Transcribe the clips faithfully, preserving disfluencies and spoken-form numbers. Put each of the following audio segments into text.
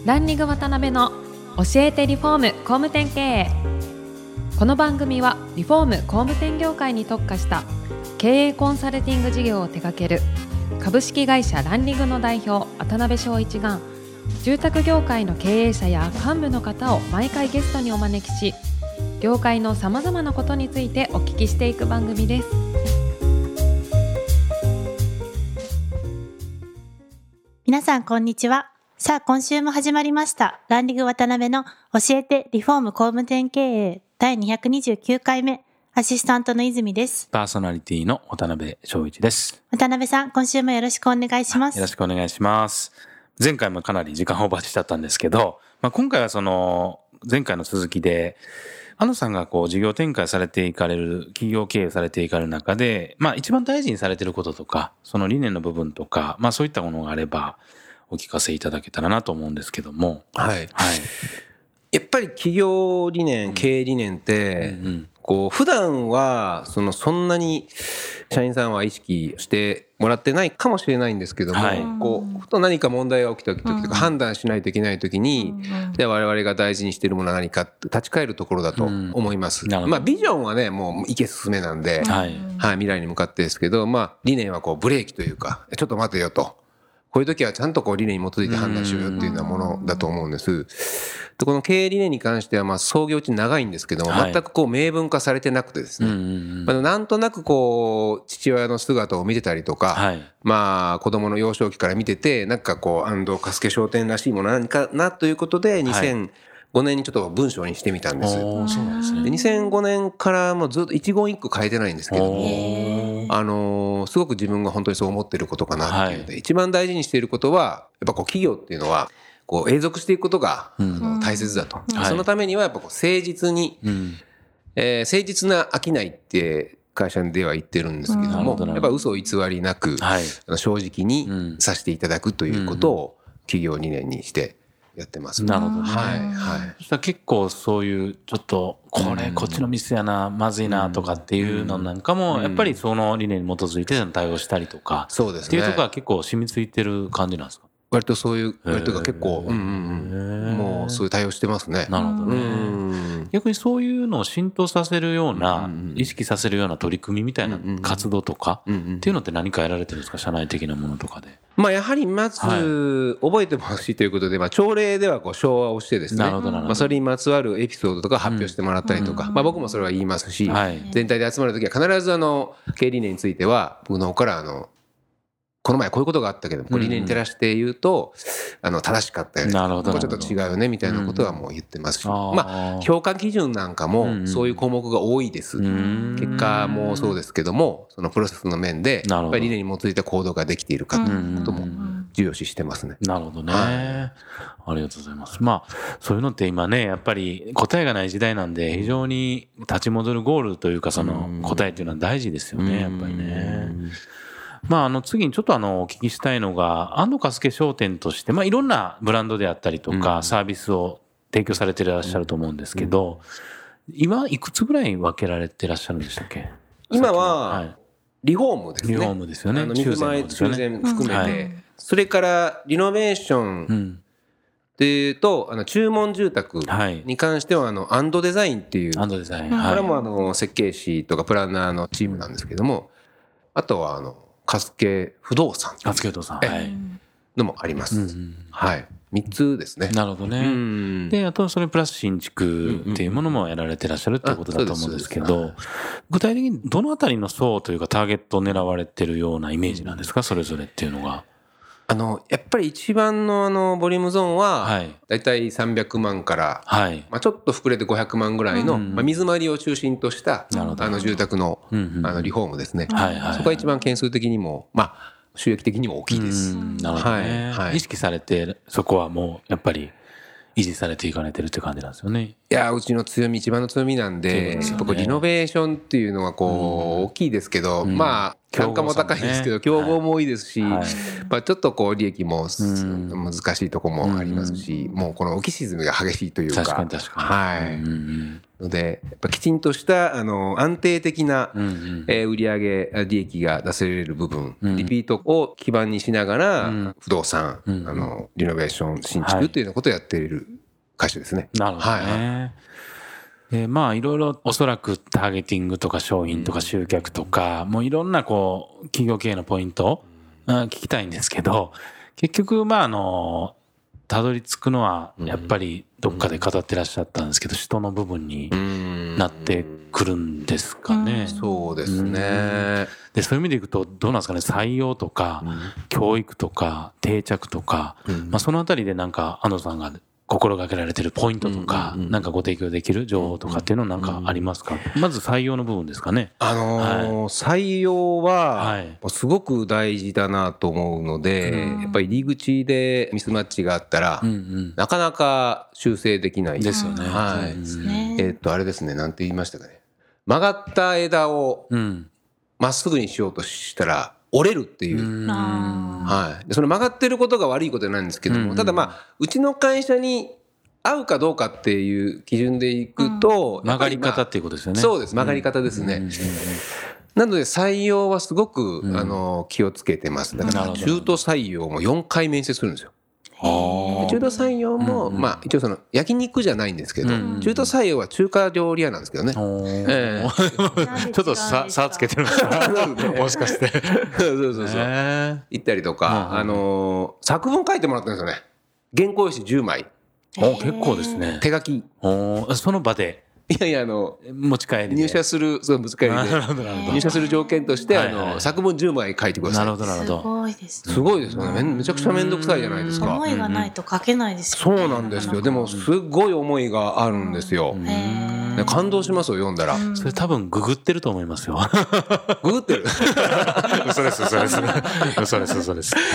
ランリング渡辺の教えてリフォーム工務店経営。この番組はリフォーム工務店業界に特化した経営コンサルティング事業を手掛ける株式会社ランリングの代表渡辺翔一が住宅業界の経営者や幹部の方を毎回ゲストにお招きし、業界のさまざまなことについてお聞きしていく番組です。 皆さんこんにちは。さあ今週も始まりましたランリング渡辺の教えてリフォーム工務店経営だいにひゃくにじゅうきゅうかいめ、アシスタントの泉です。 パーソナリティの渡辺翔一です。 渡辺さん、今週もよろしくお願いします。 よろしくお願いします。前回もかなり時間オーバーしちゃったんですけど、まあ、今回はその前回の続きで安野さんがこう事業展開されていかれる、企業経営されていかれる中で、まあ一番大事にされていることとか、その理念の部分とか、まあそういったものがあればお聞かせいただけたらなと思うんですけども。 はい。 はい。 やっぱり企業理念、経営理念って、うんうん、こう普段はそのそんなに社員さんは意識してもらってないかもしれないんですけども、はい、こうふと何か問題が起きた時とか判断しないといけない時に、うん、で我々が大事にしているものは何かって立ち返るところだと思います。うん、まあビジョンはねもういけ進めなんで、はいはい、未来に向かってですけど、まあ理念はこうブレーキというかちょっと待てよと。こういう時はちゃんとこう理念に基づいて判断しようよっていうようなものだと思うんです。でこの経営理念に関してはまあ創業地長いんですけども、全くこう明文化されてなくてですね、まあ、なんとなくこう父親の姿を見てたりとか、はい、まあ子供の幼少期から見ててなんかこう安藤加助商店らしいもの何かなということでにせんごねんにちょっと文章にしてみたんです。 そうなんですね。 でにせんごねんからもずっと一言一句変えてないんですけども、あのー、すごく自分が本当にそう思っていることかなっていうので、はい、一番大事にしていることはやっぱこう企業っていうのはこう永続していくことが、うん、あの大切だと、うん、そのためにはやっぱこう誠実に、うんえー、誠実な商いって会社では言ってるんですけども、うん、やっぱ嘘を偽りなく、はい、正直にさせていただくということを企業理念にしてやってます。 なるほどね。 はいはい。 そしたら結構そういうちょっとこれこっちのミスやな、まずいなとかっていうのなんかもやっぱりその理念に基づいて対応したりとか、 そうですね。 っていうところは結構染みついてる感じなんですか。 割とそういう割とが結構うんうんうんもうそういう対応してますね。 なるほどね。うん逆にそういうのを浸透させるような、意識させるような取り組みみたいな活動とかっていうのって何かやられてるんですか、社内的なものとかで。 まあやはりまず覚えてほしいということで、まあ朝礼ではこう唱和をしてですね、まあそれにまつわるエピソードとか発表してもらったりとか、まあ僕もそれは言いますし、全体で集まるときは必ずあの経営理念については僕の方からあのこの前こういうことがあったけど、これ理念に照らして言うと、うん、あの正しかったよね、ここちょっと違うよねみたいなことはもう言ってますし、うん、まあ評価基準なんかもそういう項目が多いです。うん、結果もそうですけども、そのプロセスの面でやっぱり理念に基づいた行動ができているかということも重要視してますね。 なるほどね、はい。ありがとうございます。まあそういうのって今ねやっぱり答えがない時代なんで非常に立ち戻るゴールというかその答えっていうのは大事ですよね、やっぱりね。まあ、あの次にちょっとあのお聞きしたいのが安藤加助商店として、まあ、いろんなブランドであったりとかサービスを提供されていらっしゃると思うんですけど、今いくつぐらい分けられていらっしゃるんでしたっけ。 今はリフォームですね。 リフォームですよね。 水回り修繕含めて、それからリノベーションでとあの注文住宅に関してはあのアンドデザインっていう、 アンドデザイン、 これもあの設計士とかプランナーのチームなんですけども、あとはあの加助不動産加助不動産はいのもあります、うんうん、はいみっつですね。 なるほどね、うん、であとそれプラス新築っていうものもやられてらっしゃるってことだと思うんですけど、うんうん、具体的にどのあたりの層というかターゲットを狙われてるようなイメージなんですか、それぞれっていうのが。 あのやっぱり一番のあのボリュームゾーンはだいたいさんびゃくまんから、はいまあ、ちょっと膨れてごひゃくまんぐらいの、うんまあ、水回りを中心としたあの住宅 の, あのリフォームですね、はいはいはい、そこが一番件数的にも、まあ、収益的にも大きいです。 なるほどね、はいはい、意識されてそこはもうやっぱり維持されていかれてるって感じなんですよね。 いやうちの強み一番の強みなんで、ね、やっぱこうリノベーションっていうのはこう、うん、大きいですけど、うん、まあ単価も高いですけど競合も多いですし、 はいまあ、ちょっとこう利益も難しいところもありますし、もうこの浮き沈みが激しいというか、 確かに確かに、 はいうんうん、 のでやっぱきちんとしたあの安定的な、 うんうんえー、売上利益が出せれる部分、 うん、 リピートを基盤にしながら、うん、不動産、 うん、 あのリノベーション新築というようなことをやっている会社ですね。 なるほどね、はいでまあいろいろおそらくターゲティングとか商品とか集客とか、うん、もういろんなこう企業経営のポイント、うん、聞きたいんですけど、結局まああのたどり着くのはやっぱりどっかで語ってらっしゃったんですけど、人の部分になってくるんですかね。 うん、そうですね。 でそういう意味でいくとどうなんですかね、採用とか、うん、教育とか定着とか、うん、まあそのあたりでなんか安藤さんが心がけられてるポイントとか、うんうんうん、なんかご提供できる情報とかっていうのなんかありますか？まず採用の部分ですかね。 あのーはい、採用はすごく大事だなと思うので、はい、やっぱり入り口でミスマッチがあったら、うんうん、なかなか修正できないですよね。 はい。えー、っとあれですね、なんて言いましたかね。曲がった枝をまっすぐにしようとしたら折れるっていう、はい、でその曲がってることが悪いことなんですけども、うんうん、ただまあうちの会社に合うかどうかっていう基準でいくと、 うん、曲がり方っていうことですよね。 そうです、曲がり方ですね、うんうんうんうん、なので採用はすごく、うん、あの気をつけてます。だから中途採用もよんかい面接するんですよ。中途採用も、うんうん、まあ一応その焼肉じゃないんですけど、うんうん、中途採用は中華料理屋なんですけどね、えー、ちょっと差差つけてるんですかもしかしてそうそうそうそう、えー、行ったりとか、うんうん、あのー、作文書いてもらったんですよね。原稿用紙じゅうまい、 お結構ですね。 手書き、 おその場でいやいやあの持ち帰り入社するそう持ち帰りで入社する条件として、はいはい、あの作文じゅうまい書いてください。 なるほどなるほど。 すごいですね。 すごいですよね。 め, めちゃくちゃ面倒くさいじゃないですか。 思いがないと書けないですよね。 そうなんですよ。でもすごい思いがあるんですよ。へ感動しますよ読んだら。 それ多分ググってると思いますよ。 ググってる嘘です嘘です嘘です嘘です、はい、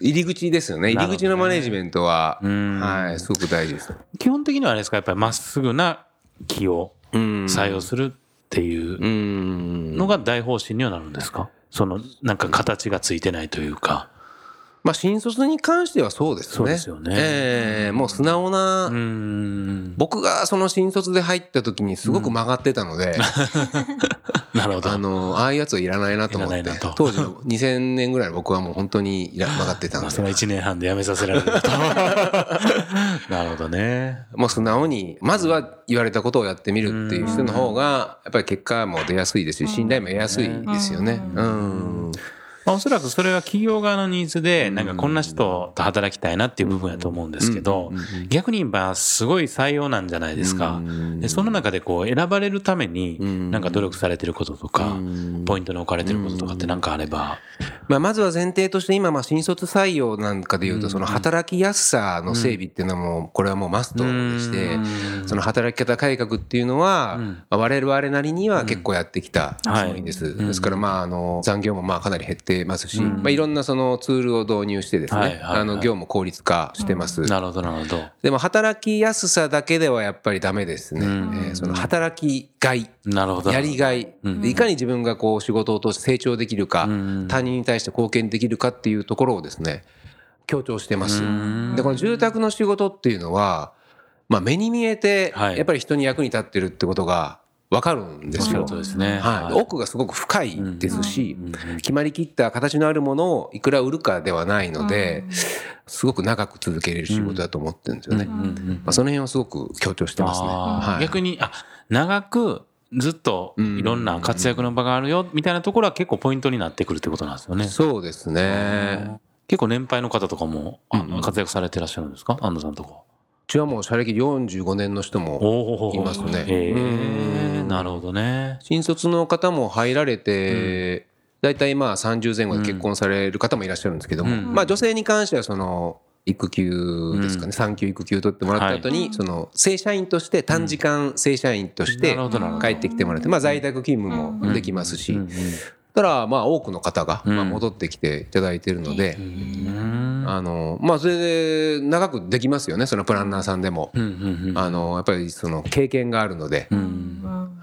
入り口ですよね。入り口のマネジメントは、はい、すごく大事です。 基本的にはあれですか、やっぱりまっすぐな気を採用するっていうのが大方針にはなるんですか？そのなんか形がついてないというか。 まあ新卒に関してはそうですね。 そうですよね。 えー、もう素直な、うーん僕がその新卒で入った時にすごく曲がってたので、 うん、なるほど。 あのああいうやつはいらないなと思って、当時のにせんねんぐらいの僕はもう本当に曲がってたので、まあそのいちねんはんで辞めさせられると。なるほどね。 もう素直にまずは言われたことをやってみるっていう人の方がやっぱり結果も出やすいですし、信頼も得やすいですよね。うん。うんまあ、おそらくそれは企業側のニーズでなんかこんな人と働きたいなっていう部分やと思うんですけど、逆に今すごい採用なんじゃないですか。でその中でこう選ばれるためになんか努力されてることとかポイントに置かれてることとかってなんかあれば。 まあまずは前提として今まあ新卒採用なんかでいうとその働きやすさの整備っていうのはもうこれはもうマストでして、その働き方改革っていうのは我々なりには結構やってきたつもりです。ですからまああの残業もまあかなり減ってますし、まあ、いろんなそのツールを導入してですね、はいはいはい、あの業務効率化してます、うん、 なるほどなるほど。 でも働きやすさだけではやっぱりダメですね、うんえー、その働きがい、なるほどやりがい、うん、いかに自分がこう仕事を通して成長できるか、うん、他人に対して貢献できるかっていうところをですね強調してます。でこの住宅の仕事っていうのは、まあ、目に見えてやっぱり人に役に立ってるってことが分かるんですよ。 そうですね。 はい。奥がすごく深いですし、決まりきった形のあるものをいくら売るかではないので、すごく長く続けれる仕事だと思ってるんですよね。まあその辺はすごく強調してますね。はい、 逆にあ長くずっといろんな活躍の場があるよみたいなところは結構ポイントになってくるってことなんですよね。 そうですね。 結構年配の方とかも活躍されてらっしゃるんですか、安藤さんとか。 うちはもう社歴よんじゅうごねんの人もいますね。 へー、なるほどね。 新卒の方も入られて、だいたいまあさんじゅうぜん後で結婚される方もいらっしゃるんですけども、まあ女性に関してはその育休ですかね、産休育休取ってもらった後にその正社員として短時間正社員として帰ってきてもらって、まあ在宅勤務もできますし、だからまあ多くの方がまあ戻ってきていただいているので、あのまあそれで長くできますよね。そのプランナーさんでもあのやっぱりその経験があるので、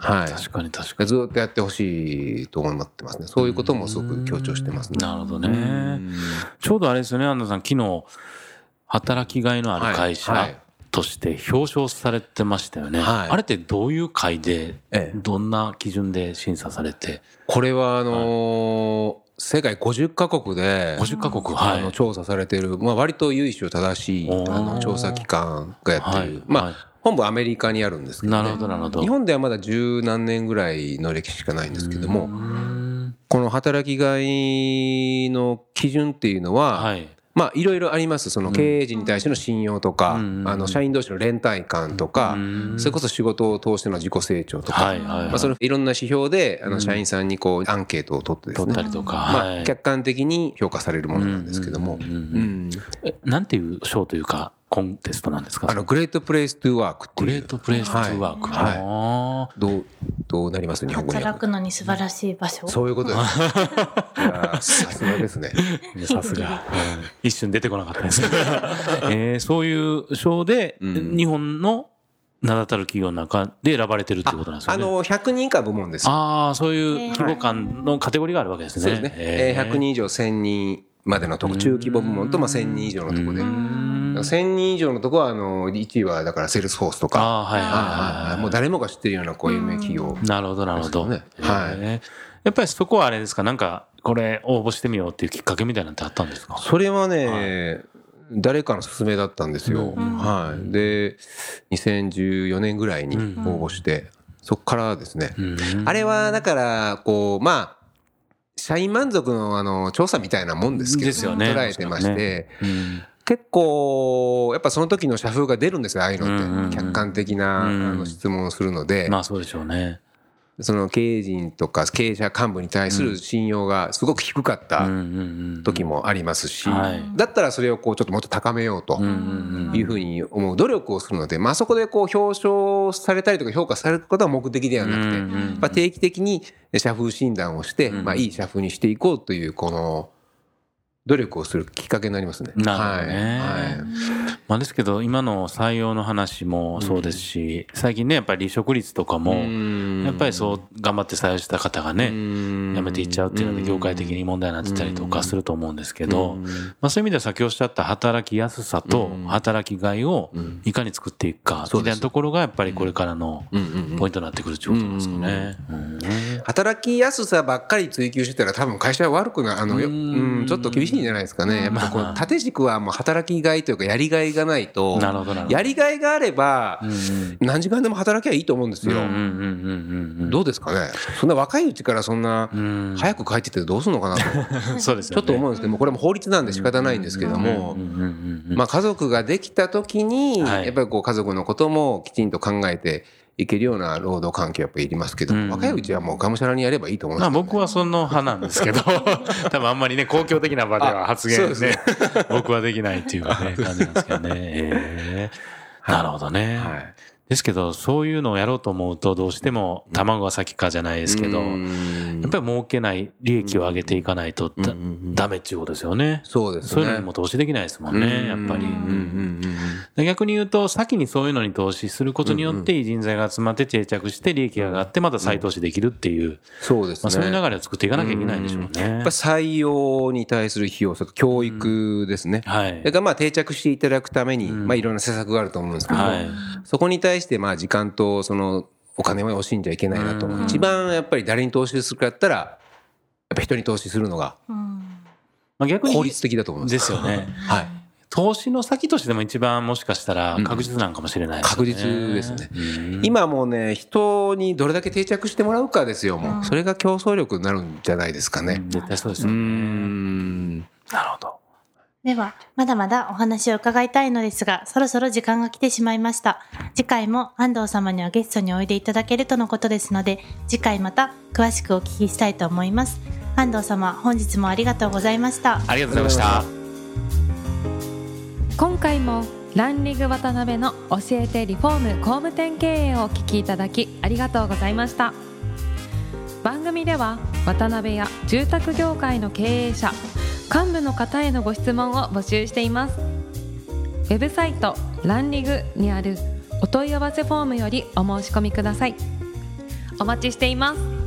はい、 確かに確かにずっとやってほしいと思ってますね。そういうこともすごく強調してますね。 なるほどね。ちょうどあれですよね、安藤さん、昨日働きがいのある会社として表彰されてましたよね、はいはい、あれってどういう会で、ええ、どんな基準で審査されて。 これはあのーはい、世界ごじゅっかこくでごじゅっかこく、 はい、あの調査されている、まあ、割と由緒正しいあの調査機関がやっている、はい、まあ、はい、本部アメリカにあるんですけど、ね、 なるほどなるほど。 日本ではまだ十何年ぐらいの歴史しかないんですけども、この働きがいの基準っていうのは、はい、まあいろいろあります。その経営陣に対しての信用とか、うん、あの社員同士の連帯感とか、うん、それこそ仕事を通しての自己成長とか、はいはいはい、まあ、そのいろんな指標であの社員さんにこうアンケートを取ってですね、 取ったりとか、 まあ、客観的に評価されるものなんですけども、 なんていう賞というかコンテストなんですか。 あのグレートプレイストゥワークっていう。 グレートプレイストゥワーク、 はいはい、どうどうなります日本語に。 働くのに素晴らしい場所。 そういうことです。さすがですね。 さすが、うん、一瞬出てこなかったです。えー、そういう賞で、うん、日本の名だたる企業の中で選ばれてるっていうことなんですよね。 あのひゃくにん以下部門です。 ああ、そういう規模感のカテゴリーがあるわけですね。 そうですね。えー、ひゃくにん以上せんにんまでのとこ、中規模部門とまあせんにん以上のとこで。せんにん以上のとこはあのいちいはだからセールスフォースとか、あ、はいはいはい、もう誰もが知ってるようなこう有名企業、ね、 なるほどなるほど、 はい、 やっぱりそこはあれですか、なんかこれ応募してみようっていうきっかけみたいなのってあったんですか。 それはね、はい、誰かの勧めだったんですよ、うん、はい、でにせんじゅうよねんぐらいに応募して、うん、そこからですね、うん、あれはだからこうまあ社員満足のあの調査みたいなもんですけど、ですよね、捉えてまして、ね、うん、結構やっぱその時の社風が出るんですよ、ああいうのって、うんうんうん、客観的な、うん、あの質問をするので、 まあそうでしょうね。 その経営陣とか経営者幹部に対する信用がすごく低かった時もありますし、だったらそれをこうちょっともっと高めようというふうに思う努力をするので、まあそこでこう表彰されたりとか評価されることは目的ではなくて、まあ定期的に社風診断をして、まあいい社風にしていこうというこの努力をするきっかけになりますね。 なるほどね。はいはい、まあですけど今の採用の話もそうですし、うん、最近ねやっぱり離職率とかもやっぱりそう頑張って採用した方がね辞めていっちゃうっていうので業界的に問題になってたりとかすると思うんですけど、まあそういう意味では先おっしゃった働きやすさと働きがいをいかに作っていくかみたいなところがやっぱりこれからのポイントになってくるっていうことなんですかね。 働きやすさばっかり追求してたら多分会社は悪くなあのうん、ちょっと厳しいいいんじゃないですかね。やっぱこう縦軸はもう働きがいというかやりがいがないと、やりがいがあれば何時間でも働きゃいいと思うんですよ。どうですかね。そんな若いうちからそんな早く帰ってってどうするのかなとそうですよね、ちょっと思うんですけども、これも法律なんで仕方ないんですけども、まあ家族ができた時にやっぱりこう家族のこともきちんと考えていけるような労働環境やっぱりいりますけど、うん、若いうちはもうがむしゃらにやればいいと思います、ね。 まあ僕はその派なんですけど多分あんまりね公共的な場では発言ね、ね僕はできないっていうかね感じなんですけどね、えー、なるほどね、はい、ですけどそういうのをやろうと思うとどうしても卵が先かじゃないですけど、やっぱり儲けない利益を上げていかないとだダメっていうことですよね。 そうですね。 そういうのにも投資できないですもんね、やっぱり。逆に言うと先にそういうのに投資することによっていい人材が集まって定着して利益が上がってまた再投資できるっていう、そうですね。まあそういう流れを作っていかなきゃいけないんでしょうね。 やっぱ採用に対する費用、教育ですね。はい。それからまあ定着していただくためにまあいろんな施策があると思うんですけども、そこに対してまあ時間とそのお金を惜しんじゃいけないなと思う。一番やっぱり誰に投資するかやったらやっぱ人に投資するのが効率的だと思います。 ですよね。はい。投資の先としても一番もしかしたら確実なんかもしれないですね。 確実ですね。今もうね人にどれだけ定着してもらうかですよ。もうそれが競争力になるんじゃないですかね。 絶対そうですよね。うん。なるほど。 では、まだまだお話を伺いたいのですが、そろそろ時間が来てしまいました。次回も安藤様にはゲストにおいでいただけるとのことですので、次回また詳しくお聞きしたいと思います。安藤様、本日もありがとうございました。 ありがとうございました。 今回もランリグ渡辺の教えてリフォーム工務店経営をお聞きいただきありがとうございました。番組では渡辺や住宅業界の経営者、幹部の方へのご質問を募集しています。ウェブサイトランリグにあるお問い合わせフォームよりお申し込みください。 お待ちしています。